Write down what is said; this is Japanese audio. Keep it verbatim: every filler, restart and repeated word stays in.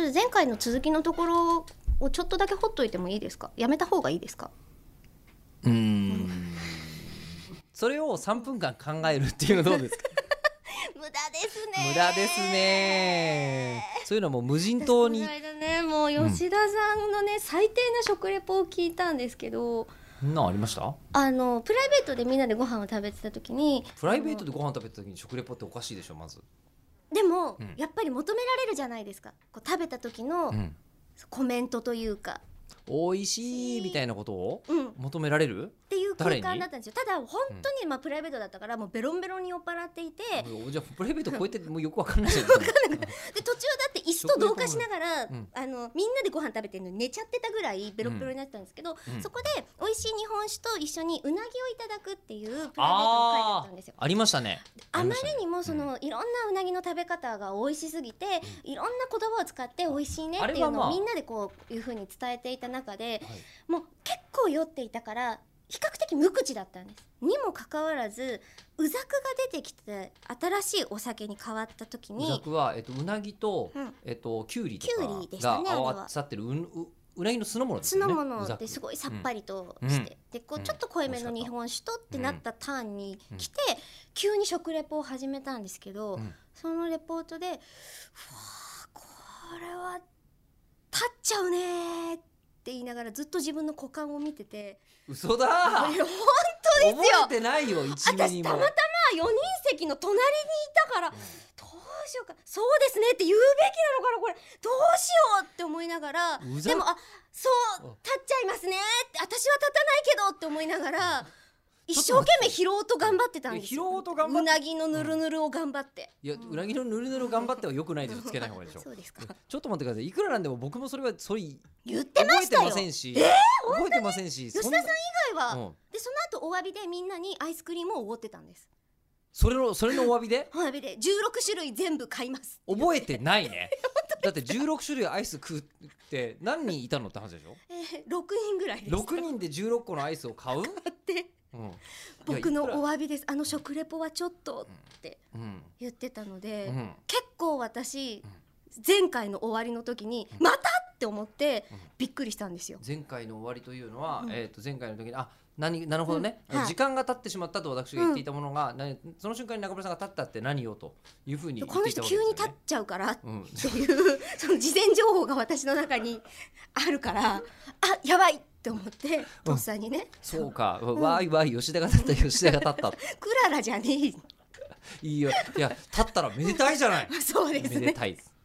ゃあ前回の続きのところをちょっとだけほっといてもいいですか？やめた方がいいですか？ うーんそれをさんぷんかん考えるっていうのどうですか？ 無駄ですね。 無駄ですね。そういうのも無人島に。 この間ね、もう吉田さんのね、うん、最低な食レポを聞いたんですけど、 そんなんありました？あのプライベートでみんなでご飯を食べてた時に、 プライベートでご飯食べてた時に食レポっておかしいでしょ。まずでも、うん、やっぱり求められるじゃないですか。こう食べた時の、うん、コメントというか、 美味しいみたいなことを求められる、うん、っていう空間だったんですよ。ただ本当に、まあ、プライベートだったからもうベロンベロンに酔っ払っていて、 うん、じゃあプライベート超えてもうよくわかんないじゃん。 で途中だって椅子と同化しながら、うん、あのみんなでご飯食べてるのに寝ちゃってたぐらいベロンベロンになってたんですけど、うん、そこで美味しい日本酒と一緒にうなぎをいただくっていうプライベートの会だったんですよ。 あ, ありましたね。 あまりにもその、うん、いろんなうなぎの食べ方が美味しすぎて、うん、いろんな言葉を使って美味しいねっていうのをみんなでこういう風に伝えていた中で、はい、もう結構酔っていたから比較的無口だったんです。にもかかわらずうざくが出てきて新しいお酒に変わった時に、 うざくは、えっと、うなぎと、うんえっと、きゅうりとかが合わさってる う, う, うなぎの酢の物ですよね。 酢の物ですごいさっぱりとして、うん、でこうちょっと濃いめの日本酒とってなったターンに来て、うん、急に食レポを始めたんですけど、うん、そのレポートでうわこれは立っちゃうねって言いながらずっと自分の股間を見てて、 嘘だー本当ですよ。 覚えてないよいちミリも。 私たまたまよにん席の隣にいたから、うん、どうしようかそうですねって言うべきなのかなこれどうしようって思いながら、でもあそう立っちゃいますねって私は立たないけどって思いながら一生懸命拾おうと頑張ってたんですよ。 拾おうと頑張って、 うなぎのぬるぬるを頑張って、 うん、いやうなぎのぬるぬる頑張っては良くないですよ。つけない方がいいでしょ。 そうですか。 ちょっと待ってください。いくらなんでも僕もそれはそれ言ってましたよ。 覚えてませんし、 えー、 覚えてませんし、 吉田さん以外は、 うん、 でその後お詫びでみんなにアイスクリームをおごってたんです。 それのそれのお詫びでお詫びでじゅうろくしゅるい全部買います覚えてないね。だってじゅうろくしゅるいアイス食って何人いたのって話でしょ。 えー、ろくにんぐらいでした。 ろくにんでじゅうろっこのアイスを買う買ってうん、僕のお詫びです。あの食レポはちょっとって言ってたので、うんうん、結構私前回の終わりの時に、うん、またって思ってびっくりしたんですよ。 前回の終わりというのは、うんえー、と前回の時にあ何なるほどね、 うんはい、 時間が経ってしまったと私が言っていたものが、うん、その瞬間に中村さんが立ったって何よというふうに言っていたわけですよね。 この人急に立っちゃうからっていう、うん、その事前情報が私の中にあるからあやばいって思ってとっさにね、うん、 そうか、うん、わいわい吉田が立った吉田が立ったクララじゃねえいいよいや立ったらめでたいじゃないそうですねめでたい